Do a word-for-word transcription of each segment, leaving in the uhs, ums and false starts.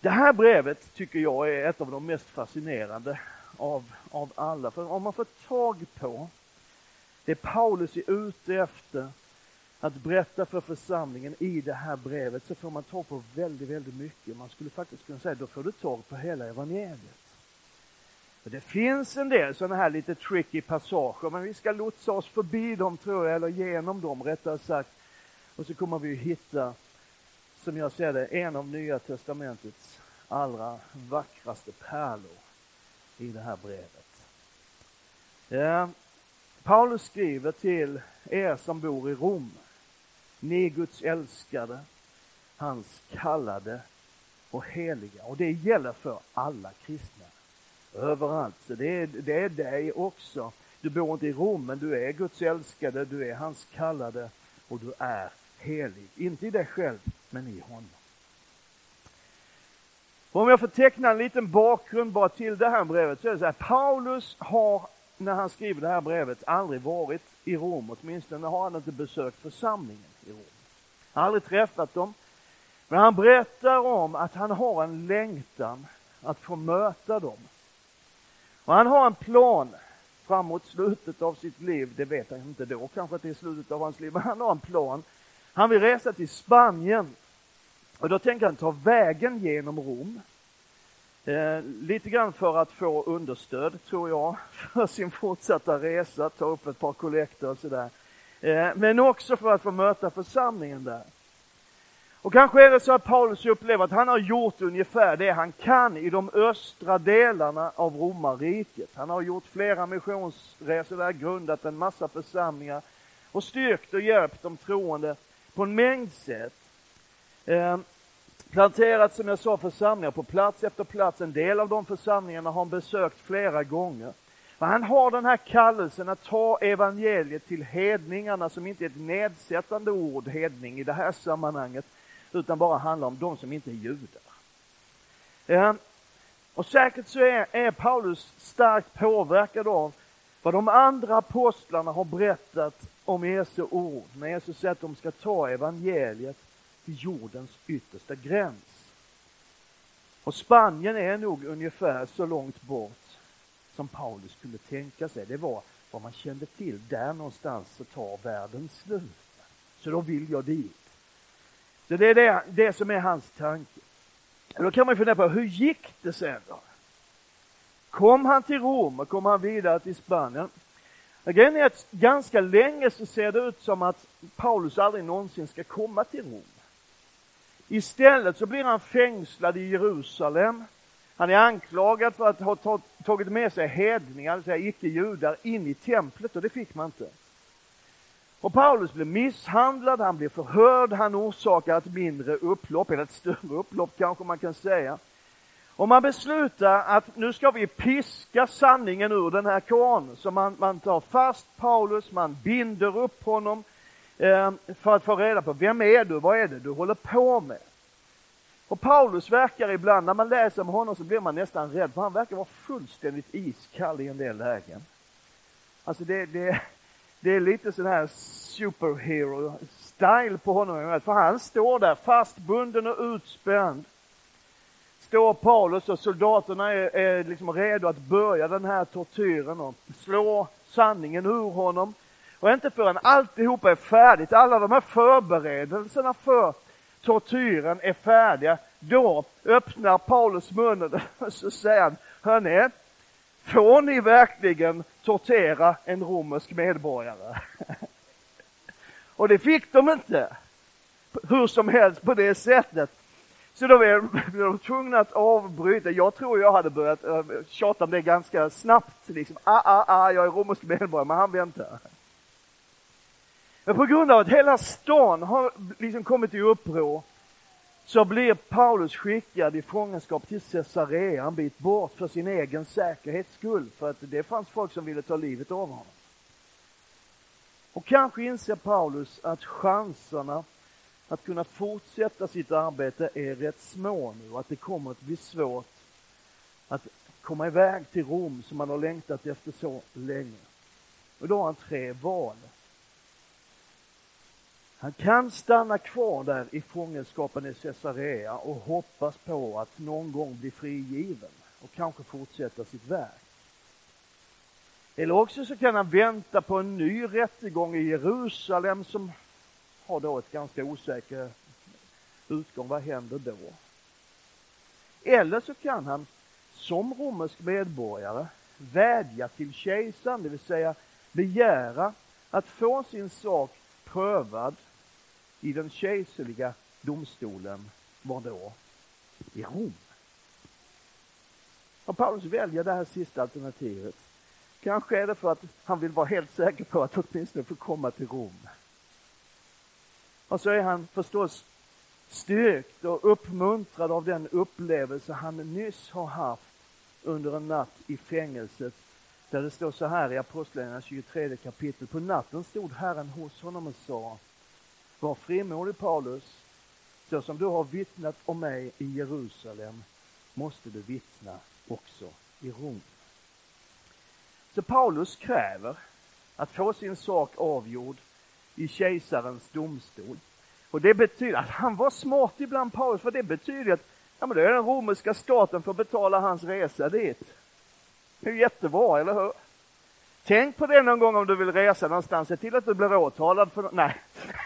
Det här brevet tycker jag är ett av de mest fascinerande av, av alla. För om man får tag på det Paulus är ute efter att berätta för församlingen i det här brevet, så får man tag på väldigt, väldigt mycket. Man skulle faktiskt kunna säga, då får du tag på hela evangeliet. Och det finns en del sådana här lite tricky passager, men vi ska lotsa oss förbi dem, tror jag, eller genom dem rättare sagt. Och så kommer vi hitta, som jag ser det, en av Nya testamentets allra vackraste pärlor i det här brevet. Ja, Paulus skriver till er som bor i Rom: ni Guds älskade, hans kallade och heliga. Och det gäller för alla kristna. Överallt. Så det är, det är dig också. Du bor inte i Rom, men du är Guds älskade, du är hans kallade och du är helig. Inte i dig själv, men i honom. Och om jag får teckna en liten bakgrund bara till det här brevet, så är det så här: Paulus har, när han skriver det här brevet, aldrig varit i Rom. Åtminstone har han inte besökt församlingen i Rom. Han har aldrig träffat dem. Men han berättar om att han har en längtan att få möta dem. Och han har en plan framåt slutet av sitt liv. Det vet han inte då, kanske att det är slutet av hans liv. Men han har en plan. Han vill resa till Spanien. Och då tänker han ta vägen genom Rom. Eh, lite grann för att få understöd, tror jag, för sin fortsatta resa. Ta upp ett par kollekter och sådär. Eh, men också för att få möta församlingen där. Och kanske är det så att Paulus upplever att han har gjort ungefär det han kan i de östra delarna av romarriket. Han har gjort flera missionsresor där, grundat en massa församlingar och styrkt och hjälpt de troende på en mängd sätt. Eh, planterat, som jag sa, församlingar på plats efter plats. En del av de församlingarna har han besökt flera gånger. Men han har den här kallelsen att ta evangeliet till hedningarna, som inte är ett nedsättande ord, hedning, i det här sammanhanget, utan bara handlar om de som inte är judar. Eh, och säkert så är, är Paulus starkt påverkad av vad de andra apostlarna har berättat om Jesu ord. När Jesus säger att de ska ta evangeliet till jordens yttersta gräns. Och Spanien är nog ungefär så långt bort som Paulus skulle tänka sig. Det var vad man kände till. Där någonstans så tar världen slut. Så då vill jag dit. Så det är det, det som är hans tanke. Och då kan man fundera på, hur gick det sen då? Kom han till Rom och kom han vidare till Spanien? Grejen är att ganska länge så ser det ut som att Paulus aldrig någonsin ska komma till Rom. Istället så blir han fängslad i Jerusalem. Han är anklagad för att ha tagit med sig hedningar, alltså icke-judar, in i templet, och det fick man inte. Och Paulus blir misshandlad, han blir förhörd, han orsakar ett mindre upplopp, eller ett större upplopp kanske man kan säga. Och man beslutar att nu ska vi piska sanningen ur den här karln. Så man, man tar fast Paulus, man binder upp honom eh, för att få reda på, vem är du, vad är det du håller på med? Och Paulus verkar ibland, när man läser om honom så blir man nästan rädd, för han verkar vara fullständigt iskall i en del lägen. Alltså det, det, det är lite sån här superhero-style på honom, för han står där fastbunden och utspänd. Står Paulus och soldaterna är, är liksom redo att börja den här tortyren och slå sanningen ur honom. Och inte förrän alltihopa är färdigt, alla de här förberedelserna för tortyren är färdiga, då öppnar Paulus munnen och så säger han, hörni, får ni verkligen tortera en romersk medborgare? Och det fick de inte, hur som helst på det sättet. Så då blev de tvungna att avbryta. Jag tror jag hade börjat uh, tjata om det ganska snabbt. Liksom, ah, ah, ah, jag är romersk medborgare, men han väntar. Men på grund av att hela stan har liksom kommit i uppror, så blir Paulus skickad i fångenskap till Caesarea, en bit bort, för sin egen säkerhets skull. För att det fanns folk som ville ta livet av honom. Och kanske inser Paulus att chanserna att kunna fortsätta sitt arbete är rätt små nu. Och att det kommer att bli svårt att komma iväg till Rom som man har längtat efter så länge. Och då har han tre val. Han kan stanna kvar där i fångenskapen i Caesarea och hoppas på att någon gång bli frigiven och kanske fortsätta sitt verk. Eller också så kan han vänta på en ny rättegång i Jerusalem som har då ett ganska osäker utgång. Vad händer då? Eller så kan han som romersk medborgare vädja till kejsaren, det vill säga begära att få sin sak prövad i den kejserliga domstolen, var då i Rom. Och Paulus väljer det här sista alternativet. Kanske är det för att han vill vara helt säker på att åtminstone få komma till Rom. Och så är han förstås styrkt och uppmuntrad av den upplevelse han nyss har haft under en natt i fängelset. Där det står så här i Apostlagärningarna tjugotredje kapitel. På natten stod Herren hos honom och sa: var frimodig, Paulus, så som du har vittnat om mig i Jerusalem måste du vittna också i Rom. Så Paulus kräver att få sin sak avgjord i kejsarens domstol. Och det betyder att han var smart ibland, Paulus, för det betyder att ja, men det är den romerska staten för att betala hans resa dit. Det är jättebra, eller hur? Tänk på det någon gång om du vill resa någonstans. Se till att du blir åtalad för... Nej.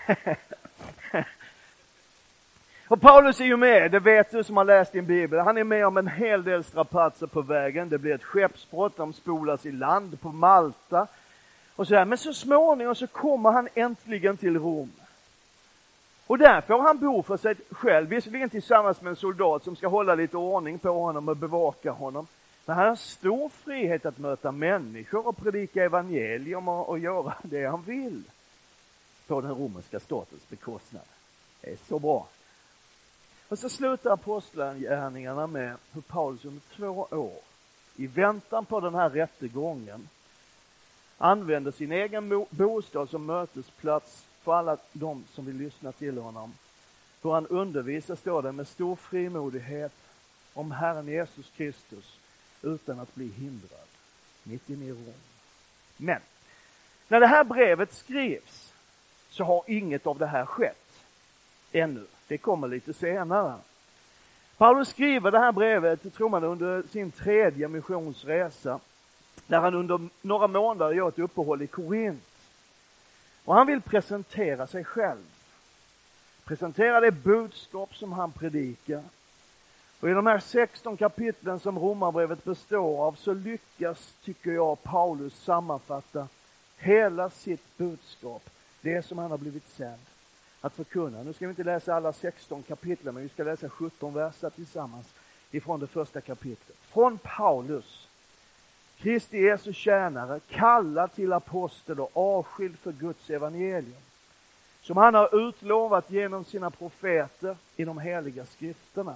Och Paulus är ju med, det vet du som har läst din bibel. Han är med om en hel del strapatser på vägen. Det blir ett skeppsbrott, de spolas i land på Malta. Och så här. Men så småningom så kommer han äntligen till Rom. Och där får han bo för sig själv, visserligen tillsammans med en soldat som ska hålla lite ordning på honom och bevaka honom. Men han har stor frihet att möta människor och predika evangelium och, och göra det han vill på den romerska statens bekostnad. Det är så bra. Och så slutar apostlagärningarna med hur Paulus under två år i väntan på den här rättegången använder sin egen bostad som mötesplats för alla de som vill lyssna till honom. För han undervisar, står det, med stor frimodighet om Herren Jesus Kristus utan att bli hindrad mitt inne i Rom. Men när det här brevet skrivs så har inget av det här skett ännu. Det kommer lite senare. Paulus skriver det här brevet, tror man, under sin tredje missionsresa, där han under några månader gör ett uppehåll i Korint. Och han vill presentera sig själv. Presentera det budskap som han predikar. Och i de här sexton kapitlen som Romarbrevet består av så lyckas, tycker jag, Paulus sammanfatta hela sitt budskap. Det som han har blivit sänd att förkunna. Nu ska vi inte läsa alla sexton kapitlen, men vi ska läsa sjutton verser tillsammans ifrån det första kapitlet. Från Paulus, Kristi Jesu tjänare, kallad till apostel och avskild för Guds evangelium, som han har utlovat genom sina profeter i de heliga skrifterna.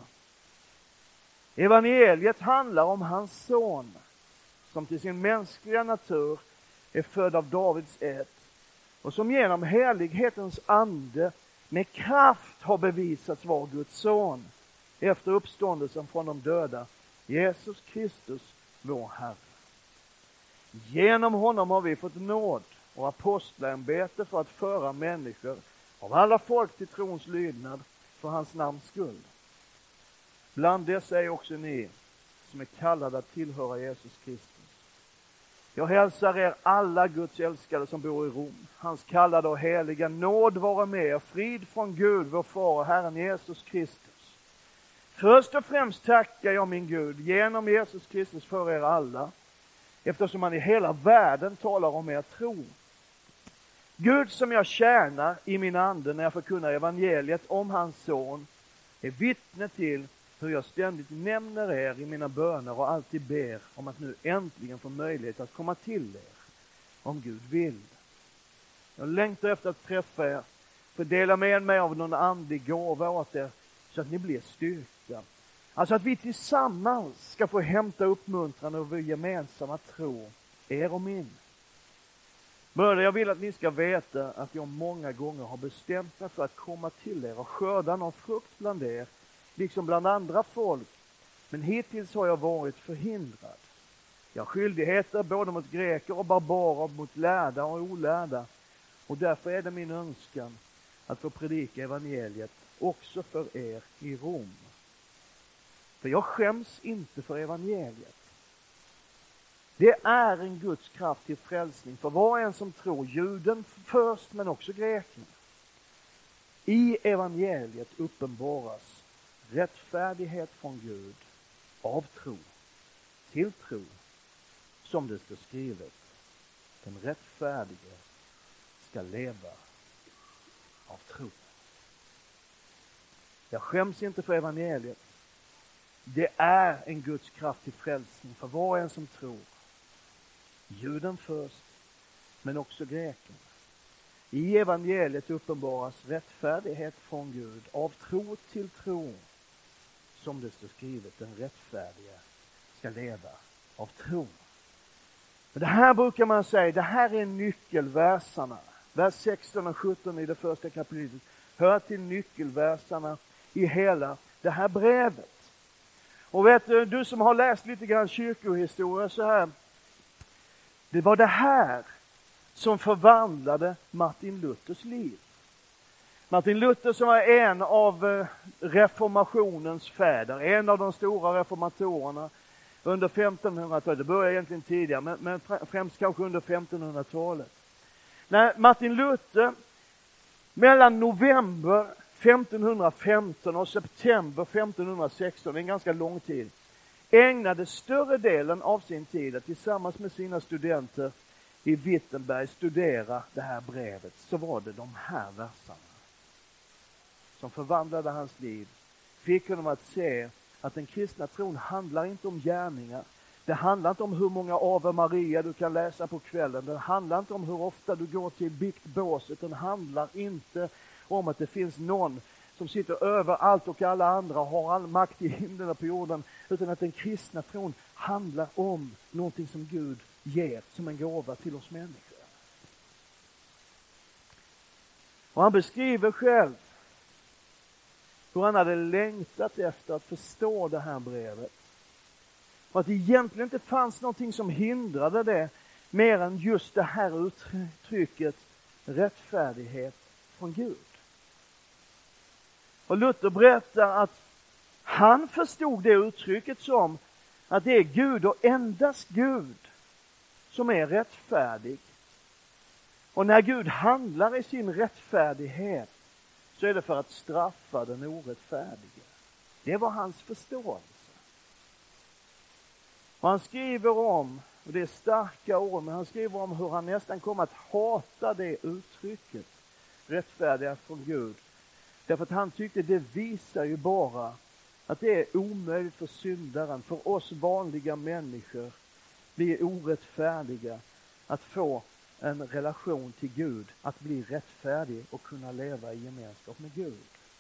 Evangeliet handlar om hans son, som till sin mänskliga natur är född av Davids ett och som genom helighetens ande med kraft har bevisats vara Guds son efter uppståndelsen från de döda, Jesus Kristus, vår Herre. Genom honom har vi fått nåd och apostlämbete för att föra människor av alla folk till trons lydnad för hans namns skull. Bland dessa är också ni som är kallade att tillhöra Jesus Kristus. Jag hälsar er alla Guds älskade som bor i Rom. Hans kallade och heliga, nåd vara med er, frid från Gud, vår far och Herren Jesus Kristus. Först och främst tackar jag min Gud genom Jesus Kristus för er alla, eftersom han i hela världen talar om er tro. Gud som jag tjänar i min ande när jag förkunnar evangeliet om hans son är vittne till hur jag ständigt nämner er i mina böner och alltid ber om att nu äntligen få möjlighet att komma till er, om Gud vill. Jag längtar efter att träffa er, för dela med mig av någon andlig gåva åt er så att ni blir styrka. Alltså att vi tillsammans ska få hämta uppmuntran över gemensamma tro, er och min. Bröder, jag vill att ni ska veta att jag många gånger har bestämt mig för att komma till er och skörda någon frukt bland er, liksom bland andra folk. Men hittills har jag varit förhindrad. Jag har skyldigheter både mot greker och barbarer, mot lärda och olärda. Och därför är det min önskan att få predika evangeliet också för er i Rom. För jag skäms inte för evangeliet. Det är en Guds kraft till frälsning för var och en som tror, juden först men också greken. I evangeliet uppenbaras rättfärdighet från Gud av tro till tro, som det står skrivet. Den rättfärdige ska leva av tro. Jag skäms inte för evangeliet. Det är en Guds kraft till frälsning för var och en som tror. Juden först, men också greken. I evangeliet uppenbaras rättfärdighet från Gud av tro till tro, som det står skrivet. Den rättfärdige ska leva av tro. Men det här brukar man säga, det här är nyckelverserna. Vers sexton och sjutton i det första kapitlet hör till nyckelverserna i hela det här brevet. Och vet du, du som har läst lite grann kyrkohistoria så här. Det var det här som förvandlade Martin Luthers liv. Martin Luther som var en av reformationens fäder, en av de stora reformatorerna under femtonhundratalet. Det började egentligen tidigare, men, men främst kanske under femtonhundratalet. När Martin Luther mellan november femtonhundrafemton och september femtonhundrasexton, en ganska lång tid, ägnade större delen av sin tid att tillsammans med sina studenter i Wittenberg studera det här brevet, så var det de här verserna som förvandlade hans liv. Fick honom att se att den kristna tron handlar inte om gärningar. Det handlar inte om hur många Ave Maria du kan läsa på kvällen. Det handlar inte om hur ofta du går till biktbåset. Den handlar inte om att det finns någon som sitter över allt och alla andra och har all makt i himlen och på jorden. Utan att den kristna tron handlar om någonting som Gud ger som en gåva till oss människor. Och han beskriver själv hur han hade längtat efter att förstå det här brevet. Och att det egentligen inte fanns någonting som hindrade det mer än just det här uttrycket rättfärdighet från Gud. Och Luther berättar att han förstod det uttrycket som att det är Gud och endast Gud som är rättfärdig. Och när Gud handlar i sin rättfärdighet så är det för att straffa den orättfärdige. Det var hans förståelse. Och han skriver om, och det är starka ord, men han skriver om hur han nästan kom att hata det uttrycket, rättfärdiga från Gud. Därför att han tyckte det visar ju bara att det är omöjligt för syndaren, för oss vanliga människor, vi är orättfärdiga, att få en relation till Gud, att bli rättfärdig och kunna leva i gemenskap med Gud.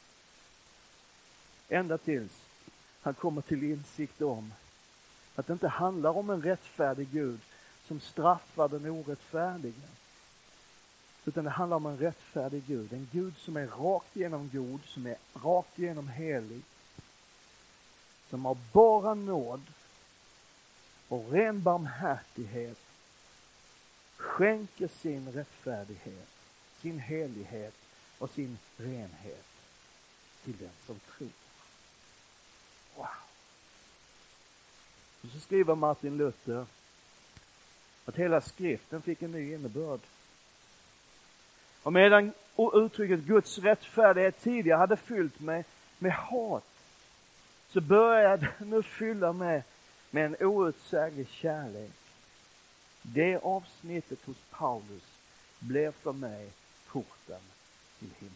Ända tills han kommer till insikt om att det inte handlar om en rättfärdig Gud som straffar den orättfärdiga. Utan det handlar om en rättfärdig Gud. En Gud som är rakt igenom god, som är rakt igenom helig. Som har bara nåd och ren barmhärtighet. Skänker sin rättfärdighet, sin helighet och sin renhet till den som tror. Wow! Och så skriver Martin Luther att hela skriften fick en ny innebörd. Och medan uttrycket Guds rättfärdighet tidigare hade fyllt mig med hat, så började det nu fylla mig med en outsäglig kärlek. Det avsnittet hos Paulus blev för mig porten till himlen.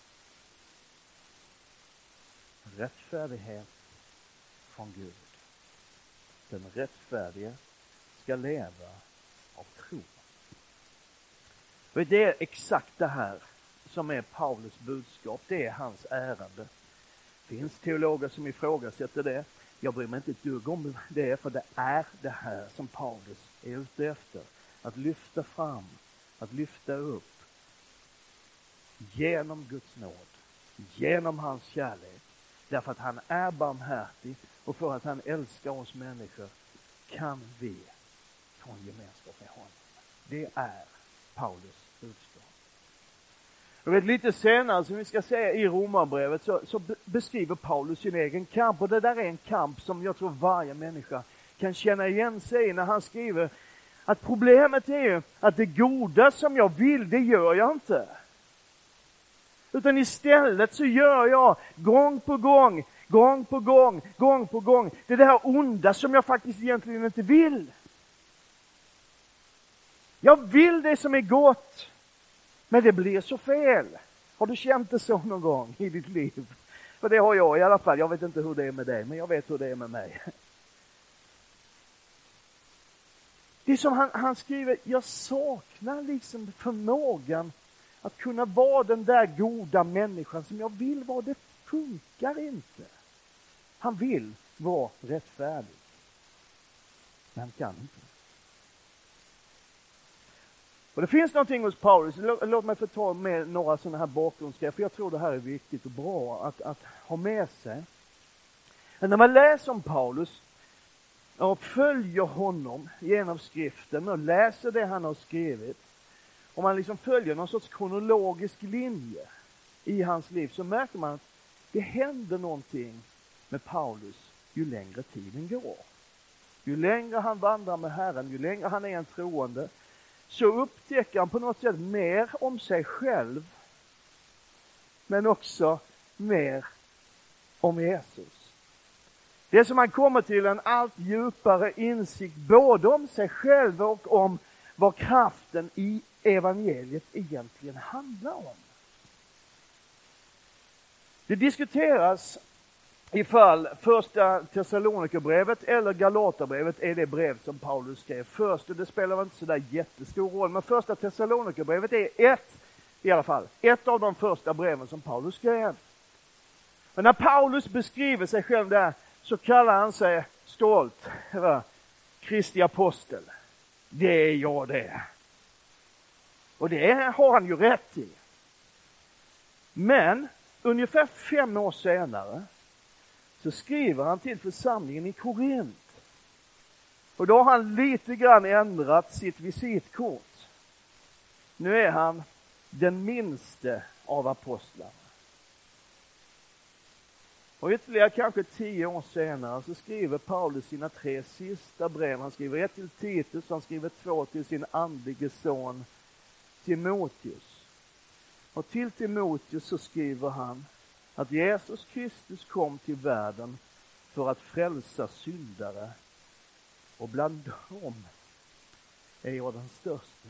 Rättfärdighet från Gud. Den rättfärdige ska leva av tro. Och det är exakt det här som är Paulus budskap. Det är hans ärende. Det finns teologer som ifrågasätter det. Jag bryr mig inte ett dugg om det, för det är det här som Paulus är ute efter. Att lyfta fram, att lyfta upp genom Guds nåd, genom hans kärlek. Därför att han är barmhärtig och för att han älskar oss människor kan vi få en gemenskap med honom. Det är Paulus budskap. Jag vet lite senare som vi ska se i Romarbrevet så, så beskriver Paulus sin egen kamp. Och det där är en kamp som jag tror varje människa kan känna igen sig i när han skriver att problemet är ju att det goda som jag vill, det gör jag inte. Utan istället så gör jag gång på gång, gång på gång, gång på gång det där onda som jag faktiskt egentligen inte vill. Jag vill det som är gott, men det blir så fel. Har du känt det så någon gång i ditt liv? För det har jag i alla fall. Jag vet inte hur det är med dig, men jag vet hur det är med mig. Det är som han, han skriver, jag saknar liksom förmågan att kunna vara den där goda människan som jag vill vara. Det funkar inte. Han vill vara rättfärdig, men han kan inte. Och det finns någonting hos Paulus, låt mig få ta med några sådana här bakgrundsgrejer, för jag tror det här är viktigt och bra att, att ha med sig. Men när man läser om Paulus och följer honom genom skriften och läser det han har skrivit, och man liksom följer någon sorts kronologisk linje i hans liv, så märker man att det händer någonting med Paulus ju längre tiden går. Ju längre han vandrar med Herren, ju längre han är en troende, så upptäcker han på något sätt mer om sig själv, men också mer om Jesus. Det är som han kommer till en allt djupare insikt både om sig själv och om vad kraften i evangeliet egentligen handlar om. Det diskuteras ifall första Thessalonikerbrevet eller Galaterbrevet är det brev som Paulus skrev först. Och det spelar väl inte så där jättestor roll. Men första Thessalonikerbrevet är ett, i alla fall, ett av de första breven som Paulus skrev. Men när Paulus beskriver sig själv där så kallar han sig stolt va? Kristi apostel. Det är jag det. Och det har han ju rätt i. Men ungefär fem år senare så skriver han till församlingen i Korint. Och då har han lite grann ändrat sitt visitkort. Nu är han den minste av apostlarna. Och ytterligare kanske tio år senare så skriver Paulus sina tre sista brev. Han skriver ett till Titus, han skriver två till sin andlige son Timoteus. Och till Timoteus så skriver han att Jesus Kristus kom till världen för att frälsa syndare, och bland dem är jag den största.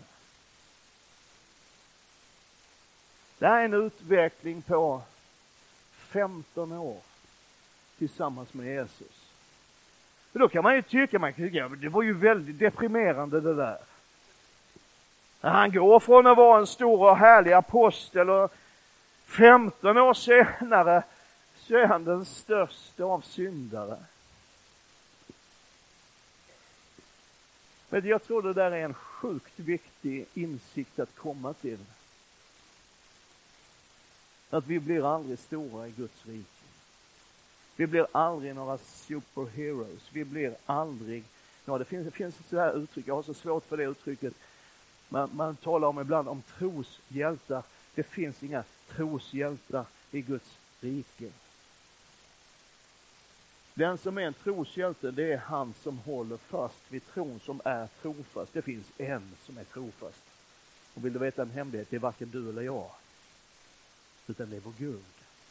Det här är en utveckling på femton år tillsammans med Jesus. Och då kan man ju tycka, man kan tycka, det var ju väldigt deprimerande det där. När han går från att vara en stor och härlig apostel och femton år senare så är han den största av syndare. Men jag tror det där är en sjukt viktig insikt att komma till. Att vi blir aldrig stora i Guds rike. Vi blir aldrig några superheroes. Vi blir aldrig, ja det finns, det finns ett sådär uttryck, jag har så svårt för det uttrycket. Man, man talar om ibland om troshjältar. Det finns inga troshjältar i Guds rike. Den som är en troshjälte, det är han som håller fast vid tron, som är trofast. Det finns en som är trofast. Och vill du veta en hemlighet, det är varken du eller jag, utan det är vår Gud.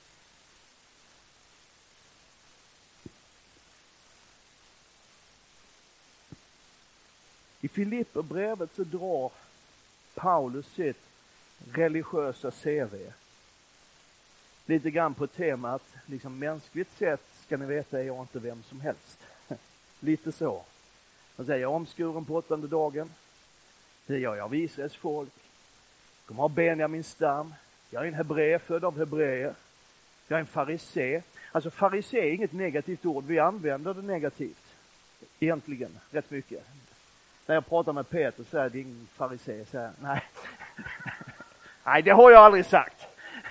I Filipperbrevet så drar Paulus sitt religiösa C V. Lite grann på temat, liksom mänskligt sett ska ni veta är jag inte vem som helst. Lite så. Han säger, jag är omskuren på åttonde dagen. Det gör jag av Israels folk. Jag kommer ha Benjamins stam. Jag är en hebré, född av hebreer. Jag är en farisé. Alltså farisé är inget negativt ord. Vi använder det negativt. Egentligen, rätt mycket. När jag pratar med Peter så är det ingen farisé. Så här, nej. Nej, det har jag aldrig sagt.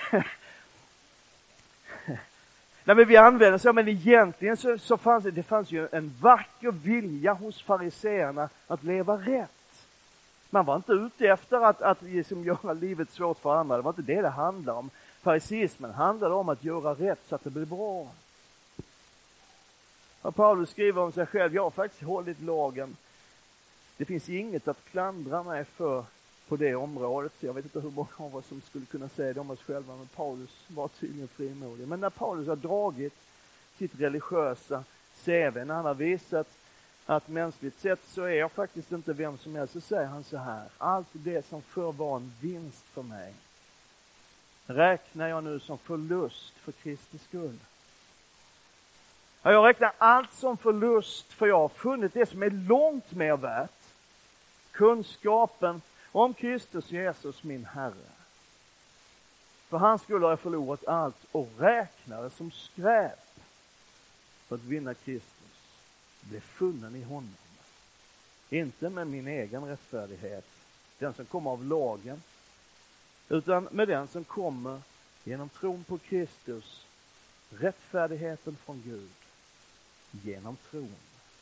Nej, men vi använder så, men egentligen så, så fanns det, det fanns ju en vacker vilja hos fariséerna att leva rätt. Man var inte ute efter att, att liksom göra livet svårt för andra. Det var inte det det handlade om. Fariseismen handlade om att göra rätt så att det blir bra. Och Paulus skriver om sig själv: jag har faktiskt hållit lagen. Det finns inget att klandra mig för på det området. Jag vet inte hur många av oss som skulle kunna säga det om oss själva, men Paulus var tydligen frimodig. Men när Paulus har dragit sitt religiösa C V, när han har visat att mänskligt sett så är jag faktiskt inte vem som helst, så säger han så här: allt det som förr var en vinst för mig räknar jag nu som förlust för Kristi skull. Jag räknar allt som förlust, för jag har funnit det som är långt mer värt: kunskapen om Kristus Jesus min Herre. För han skulle ha förlorat allt och räknar det som skräp för att vinna Kristus, bli funnen i honom. Inte med min egen rättfärdighet, den som kommer av lagen, utan med den som kommer genom tron på Kristus, rättfärdigheten från Gud genom tron.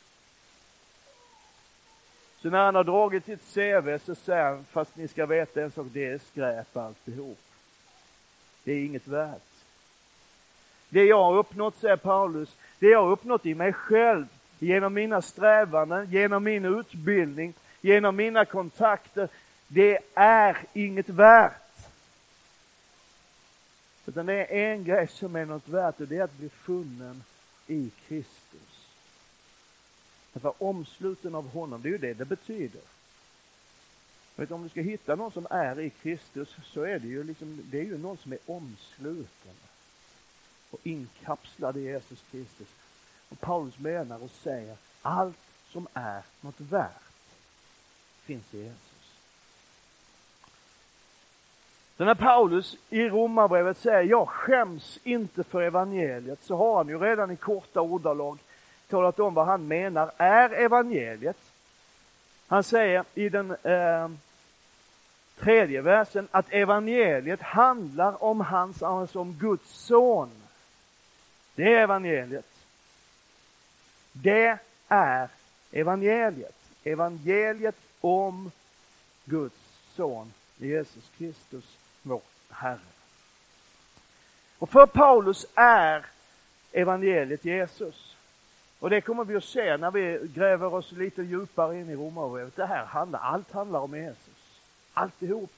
Så när han har dragit sitt C V så säger han: fast ni ska veta en sak, det är skräp alltihop. Det är inget värt. Det jag har uppnått, säger Paulus, det jag har uppnått i mig själv, genom mina strävanden, genom min utbildning, genom mina kontakter, det är inget värt. Utan det är en grej som är något värt, och det är att bli funnen i Kristus. Att vara omsluten av honom, det är ju det det betyder. Vet, om du ska hitta någon som är i Kristus, så är det ju liksom, det är ju någon som är omsluten och inkapslad i Jesus Kristus. Och Paulus menar och säger: allt som är något värt finns i Jesus. Så när Paulus i Romarbrevet säger: jag skäms inte för evangeliet, så har han ju redan i korta ordalag talat om vad han menar är evangeliet. Han säger i den eh, tredje versen att evangeliet handlar om hans, alltså om Guds son. Det är evangeliet. Det är evangeliet. Evangeliet om Guds son, Jesus Kristus, vår Herre. Och för Paulus är evangeliet Jesus. Och det kommer vi att se när vi gräver oss lite djupare in i Romarbrevet. Det här handlar, allt handlar om Jesus. Alltihop.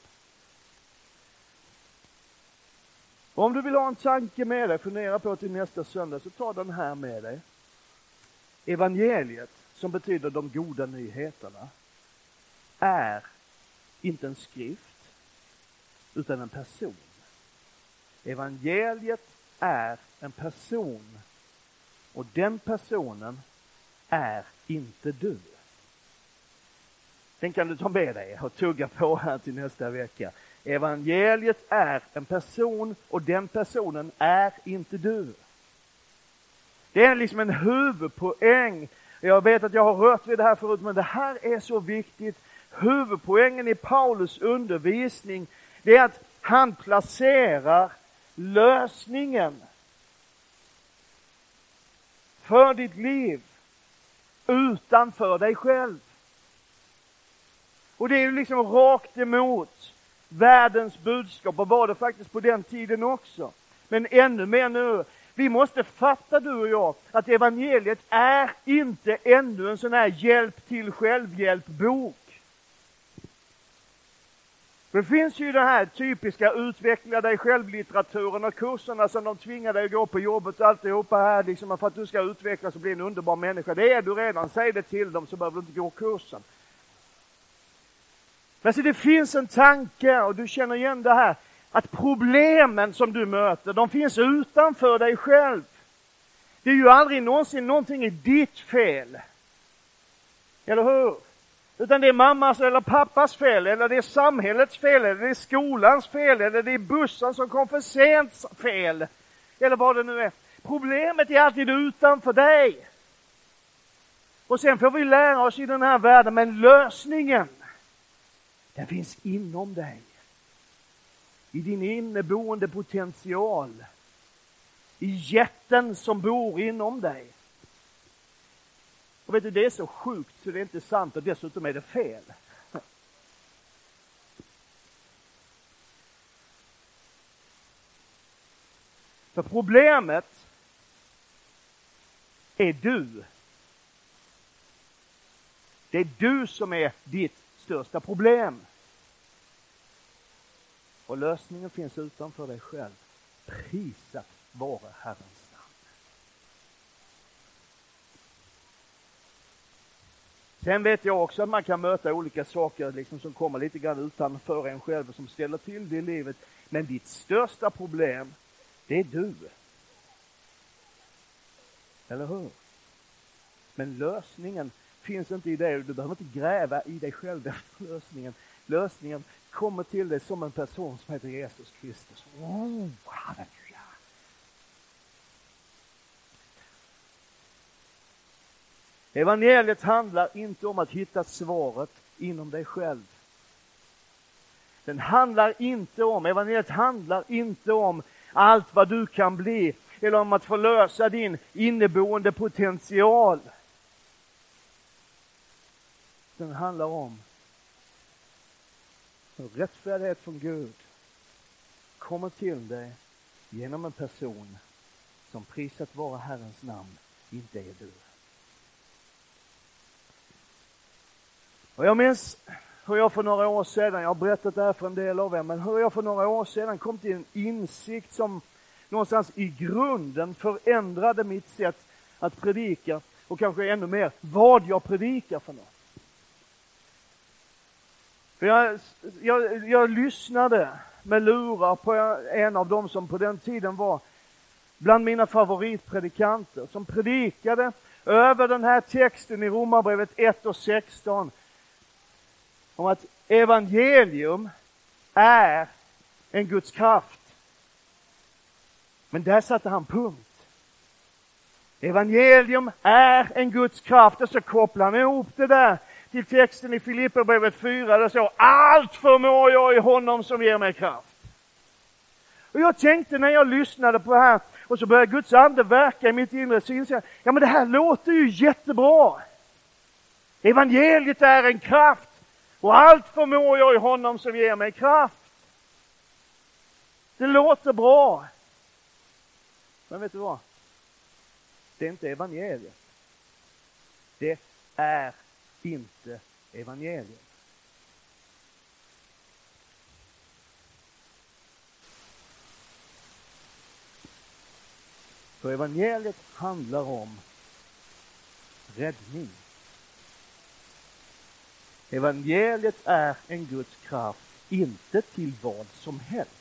Och om du vill ha en tanke med dig, fundera på till nästa söndag, så ta den här med dig. Evangeliet, som betyder de goda nyheterna, är inte en skrift utan en person. Evangeliet är en person, och den personen är inte du. Den kan du ta med dig och tugga på här till nästa vecka. Evangeliet är en person, och den personen är inte du. Det är liksom en huvudpoäng. Jag vet att jag har rört vid det här förut, men det här är så viktigt. Huvudpoängen i Paulus undervisning, det är att han placerar lösningen för ditt liv utanför dig själv. Och det är ju liksom rakt emot världens budskap, och var det faktiskt på den tiden också. Men ännu mer nu. Vi måste fatta, du och jag, att evangeliet är inte ännu en sån här hjälp till självhjälpbok. Det finns ju den här typiska utveckla dig själv-litteraturen och kurserna som de tvingar dig att gå på jobbet och alltihopa här, liksom för att du ska utvecklas och bli en underbar människa. Det är du redan, säg det till dem, så behöver du inte gå kursen. Men så det finns en tanke, och du känner igen det här, att problemen som du möter, de finns utanför dig själv. Det är ju aldrig någonsin någonting i ditt fel. Eller hur? Utan det är mammas eller pappas fel, eller det är samhällets fel, eller det är skolans fel, eller det är bussen som kom för sent fel. Eller vad det nu är. Problemet är alltid utanför dig. Och sen får vi lära oss i den här världen, men lösningen, den finns inom dig. I din inneboende potential. I jätten som bor inom dig. Och vet du, det är så sjukt så det är inte sant, och dessutom är det fel. För problemet är du. Det är du som är ditt största problem. Och lösningen finns utanför dig själv. Prisat vare Herrens namn. Sen vet jag också att man kan möta olika saker liksom, som kommer lite grann utanför en själv och som ställer till det i livet. Men ditt största problem, det är du. Eller hur? Men lösningen finns inte i dig. Du behöver inte gräva i dig själv efter lösningen. Lösningen kommer till dig som en person som heter Jesus Kristus. Oh, halleluja. Evangeliet handlar inte om att hitta svaret inom dig själv. Den handlar inte om, evangeliet handlar inte om allt vad du kan bli eller om att förlösa din inneboende potential. Den handlar om hur rättfärdighet från Gud kommer till dig genom en person som prisat vara Herrens namn, inte är du. Och jag minns hur jag för några år sedan, jag har berättat det här för en del av er, men hur jag för några år sedan kom till en insikt som någonstans i grunden förändrade mitt sätt att predika och kanske ännu mer vad jag predikar för något. För jag, jag, jag lyssnade med lurar på en av dem som på den tiden var bland mina favoritpredikanter, som predikade över den här texten i Romarbrevet ett och sexton om att evangelium är en Guds kraft. Men där satte han punkt. Evangelium är en Guds kraft, och så kopplar han ihop det där till texten i Filipperbrevet fyra, där så: allt förmår jag i honom som ger mig kraft. Och jag tänkte när jag lyssnade på det här och så började Guds ande verka i mitt inre, så insåg jag, ja men det här låter ju jättebra. Evangeliet är en kraft och allt förmår jag i honom som ger mig kraft. Det låter bra. Men vet du vad? Det är inte evangeliet. Det är inte evangeliet. För evangeliet handlar om räddning. Evangeliet är en Guds kraft, inte till vad som helst.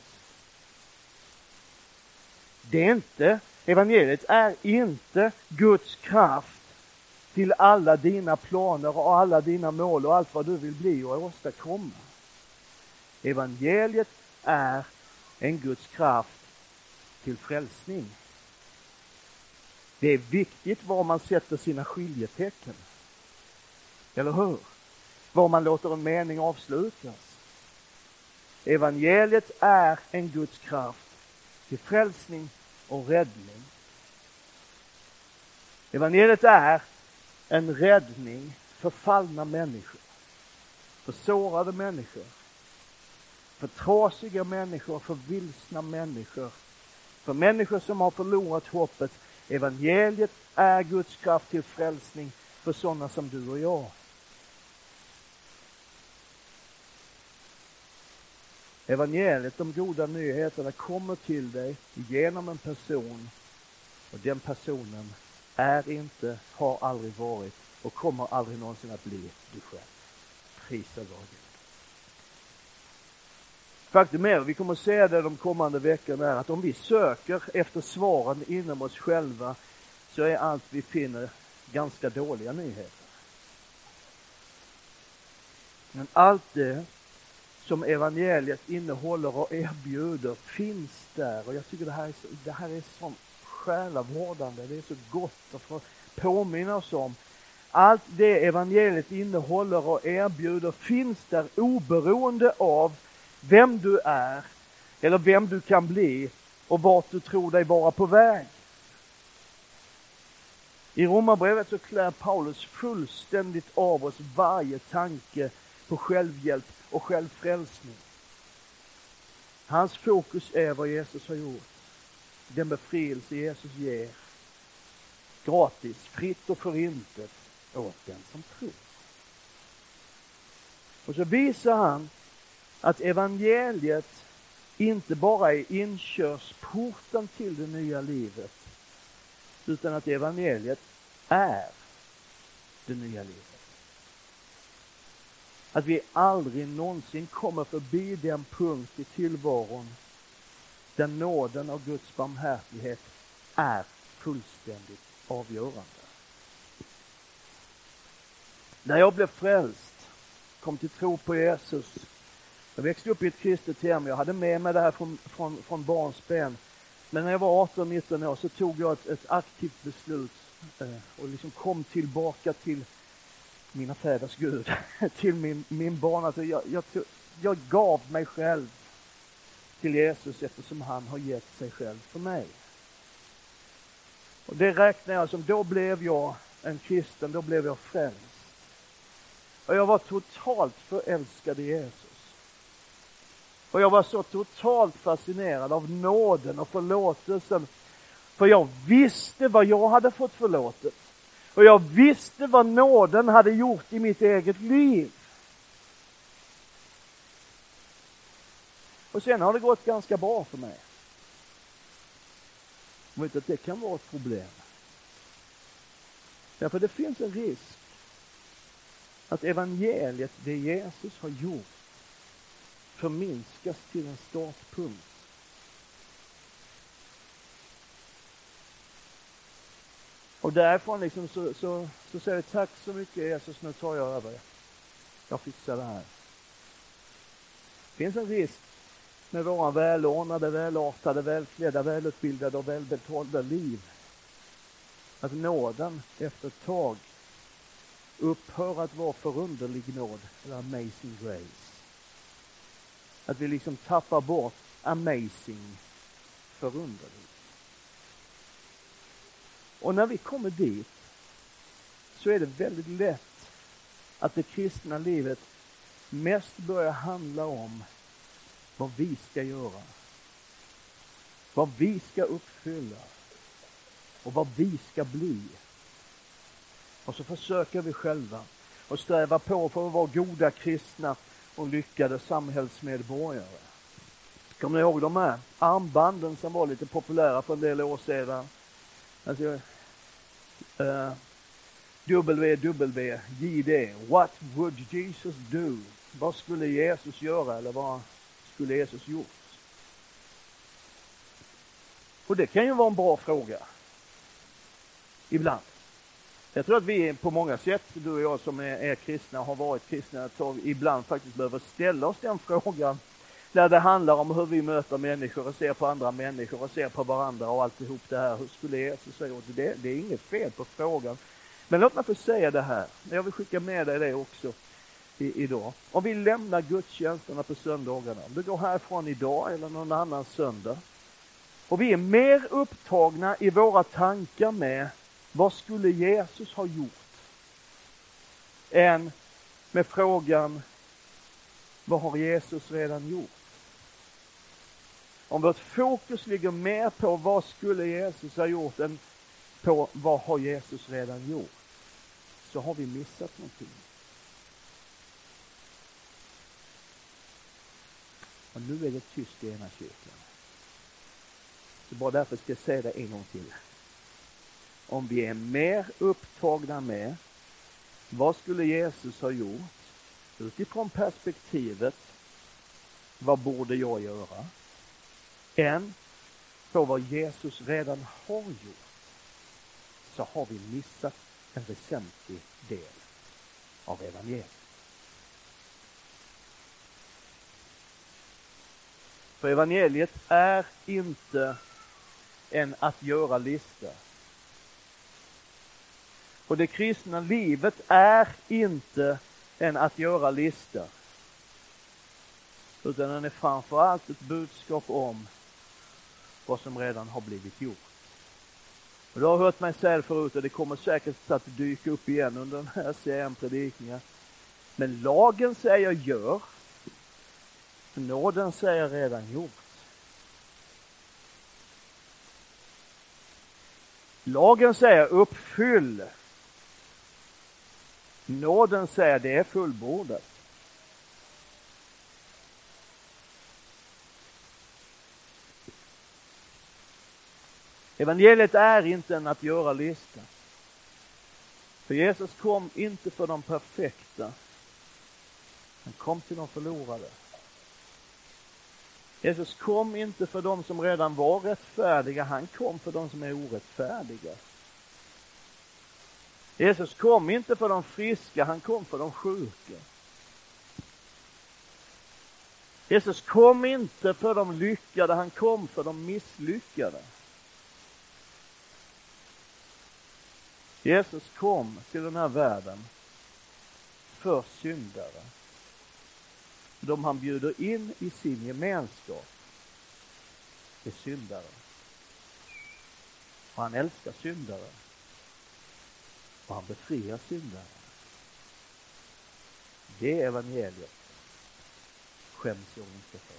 Det är inte, evangeliet är inte Guds kraft till alla dina planer och alla dina mål och allt vad du vill bli och åstadkomma. Evangeliet är en Guds kraft till frälsning. Det är viktigt var man sätter sina skiljetecken. Eller hur? Var man låter en mening avslutas. Evangeliet är en Guds kraft till frälsning och räddning. Evangeliet är en räddning för fallna människor, för sårade människor, för trasiga människor, för vilsna människor, för människor som har förlorat hoppet. Evangeliet är Guds kraft till frälsning för sådana som du och jag. Evangeliet, de goda nyheterna, kommer till dig genom en person, och den personen är inte, har aldrig varit och kommer aldrig någonsin att bli du själv. Prisa vare Gud. Faktum är, vi kommer att se det de kommande veckorna, är att om vi söker efter svaren inom oss själva så är allt vi finner ganska dåliga nyheter. Men allt det som evangeliet innehåller och erbjuder finns där, och jag tycker det här är så, det här är så själavårdande, det är så gott att få påminna oss om. Allt det evangeliet innehåller och erbjuder finns där oberoende av vem du är eller vem du kan bli och vart du tror dig vara på väg. I Romarbrevet så klär Paulus fullständigt av oss varje tanke på självhjälp och självfrälsning. Hans fokus är vad Jesus har gjort. den befrielse Jesus ger gratis, fritt och förintet åt den som tror. Och så visar han att evangeliet inte bara är inkörsporten till det nya livet, utan att evangeliet är det nya livet. Att vi aldrig någonsin kommer förbi den punkt i tillvaron där nåden av Guds barmhärtighet är fullständigt avgörande. När jag blev frälst, kom till tro på Jesus, jag växte upp i ett kristet hem, jag hade med mig det här från, från, från barnsben. Men när jag var arton nitton år så tog jag ett, ett aktivt beslut eh, och liksom kom tillbaka till mina fäders Gud, till min, min barn. Alltså jag, jag, jag gav mig själv till Jesus eftersom han har gett sig själv för mig. Och det räknar jag som, då blev jag en kristen, då blev jag frälst. Och jag var totalt förälskad i Jesus. Och jag var så totalt fascinerad av nåden och förlåtelsen. För jag visste vad jag hade fått förlåtet. Och jag visste vad nåden hade gjort i mitt eget liv. Och sen har det gått ganska bra för mig. Jag vet att det kan vara ett problem. Därför det finns en risk att evangeliet, det Jesus har gjort, förminskas till en startpunkt. Och därifrån liksom så, så, så säger jag tack så mycket Jesus, nu tar jag över. Jag fixar det här. Det finns en risk med våra välordnade, välartade, välklädda, välutbildade och välbetalda liv. Att nåden efter ett tag upphör att vara förunderlig nåd, eller amazing grace. Att vi liksom tappar bort amazing, förunderlig. Och när vi kommer dit så är det väldigt lätt att det kristna livet mest börjar handla om vad vi ska göra. Vad vi ska uppfylla. Och vad vi ska bli. Och så försöker vi själva och sträva på för att vara goda kristna och lyckade samhällsmedborgare. Kommer ni ihåg de här armbanden som var lite populära för en del år sedan? Alltså, uh, W W J D, what would Jesus do? Vad skulle Jesus göra, eller vad skulle Jesus gjort? Och det kan ju vara en bra fråga. Ibland. Jag tror att vi på många sätt, du och jag som är, är kristna, har varit kristna ett tag, ibland faktiskt behöver ställa oss den frågan. Där det handlar om hur vi möter människor och ser på andra människor och ser på varandra och alltihop det här. Hur skulle Jesus ha gjort det? Det är inget fel på frågan. Men låt mig få säga det här. Jag vill skicka med dig det också i, idag. Om vi lämnar gudstjänsterna på söndagarna, om du går härifrån idag eller någon annan söndag, och vi är mer upptagna i våra tankar med vad skulle Jesus ha gjort än med frågan vad har Jesus redan gjort? Om vårt fokus ligger mer på vad skulle Jesus ha gjort än på vad har Jesus redan gjort, så har vi missat någonting. Och nu är det tyst i ena kyrkan. Så bara därför ska jag säga det en gång till. Om vi är mer upptagna med vad skulle Jesus ha gjort utifrån perspektivet vad borde jag göra än på vad Jesus redan har gjort, så har vi missat en väsentlig del av evangeliet. För evangeliet är inte en att göra lista. Och det kristna livet är inte en att göra lista. Utan den är framförallt ett budskap om vad som redan har blivit gjort. Och du har hört mig säga förut, och det kommer säkert att dyka upp igen under den här serien predikningar. Men lagen säger gör. Nåden säger redan gjort. Lagen säger uppfyll. Nåden säger det är fullbordat. Evangeliet är inte en att göra lista. För Jesus kom inte för de perfekta. Han kom till de förlorade. Jesus kom inte för de som redan var rättfärdiga. Han kom för de som är orättfärdiga. Jesus kom inte för de friska. Han kom för de sjuka. Jesus kom inte för de lyckade. Han kom för de misslyckade. Jesus kom till den här världen för syndare. De han bjuder in i sin gemenskap är syndare. Och han älskar syndare. Och han befriar syndare. Det är evangeliet. Skäms jag inte för.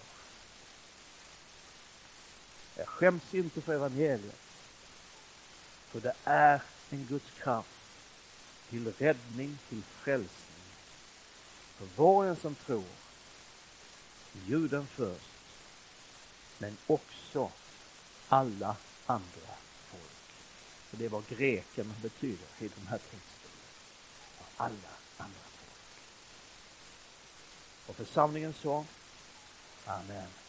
Jag skäms inte för evangeliet. För det är en Guds kraft till räddning, till frälsning. För var en som tror, juden först, men också alla andra folk. Och det är vad greken betyder i den här texten. För alla andra folk. Och församlingen sa, amen.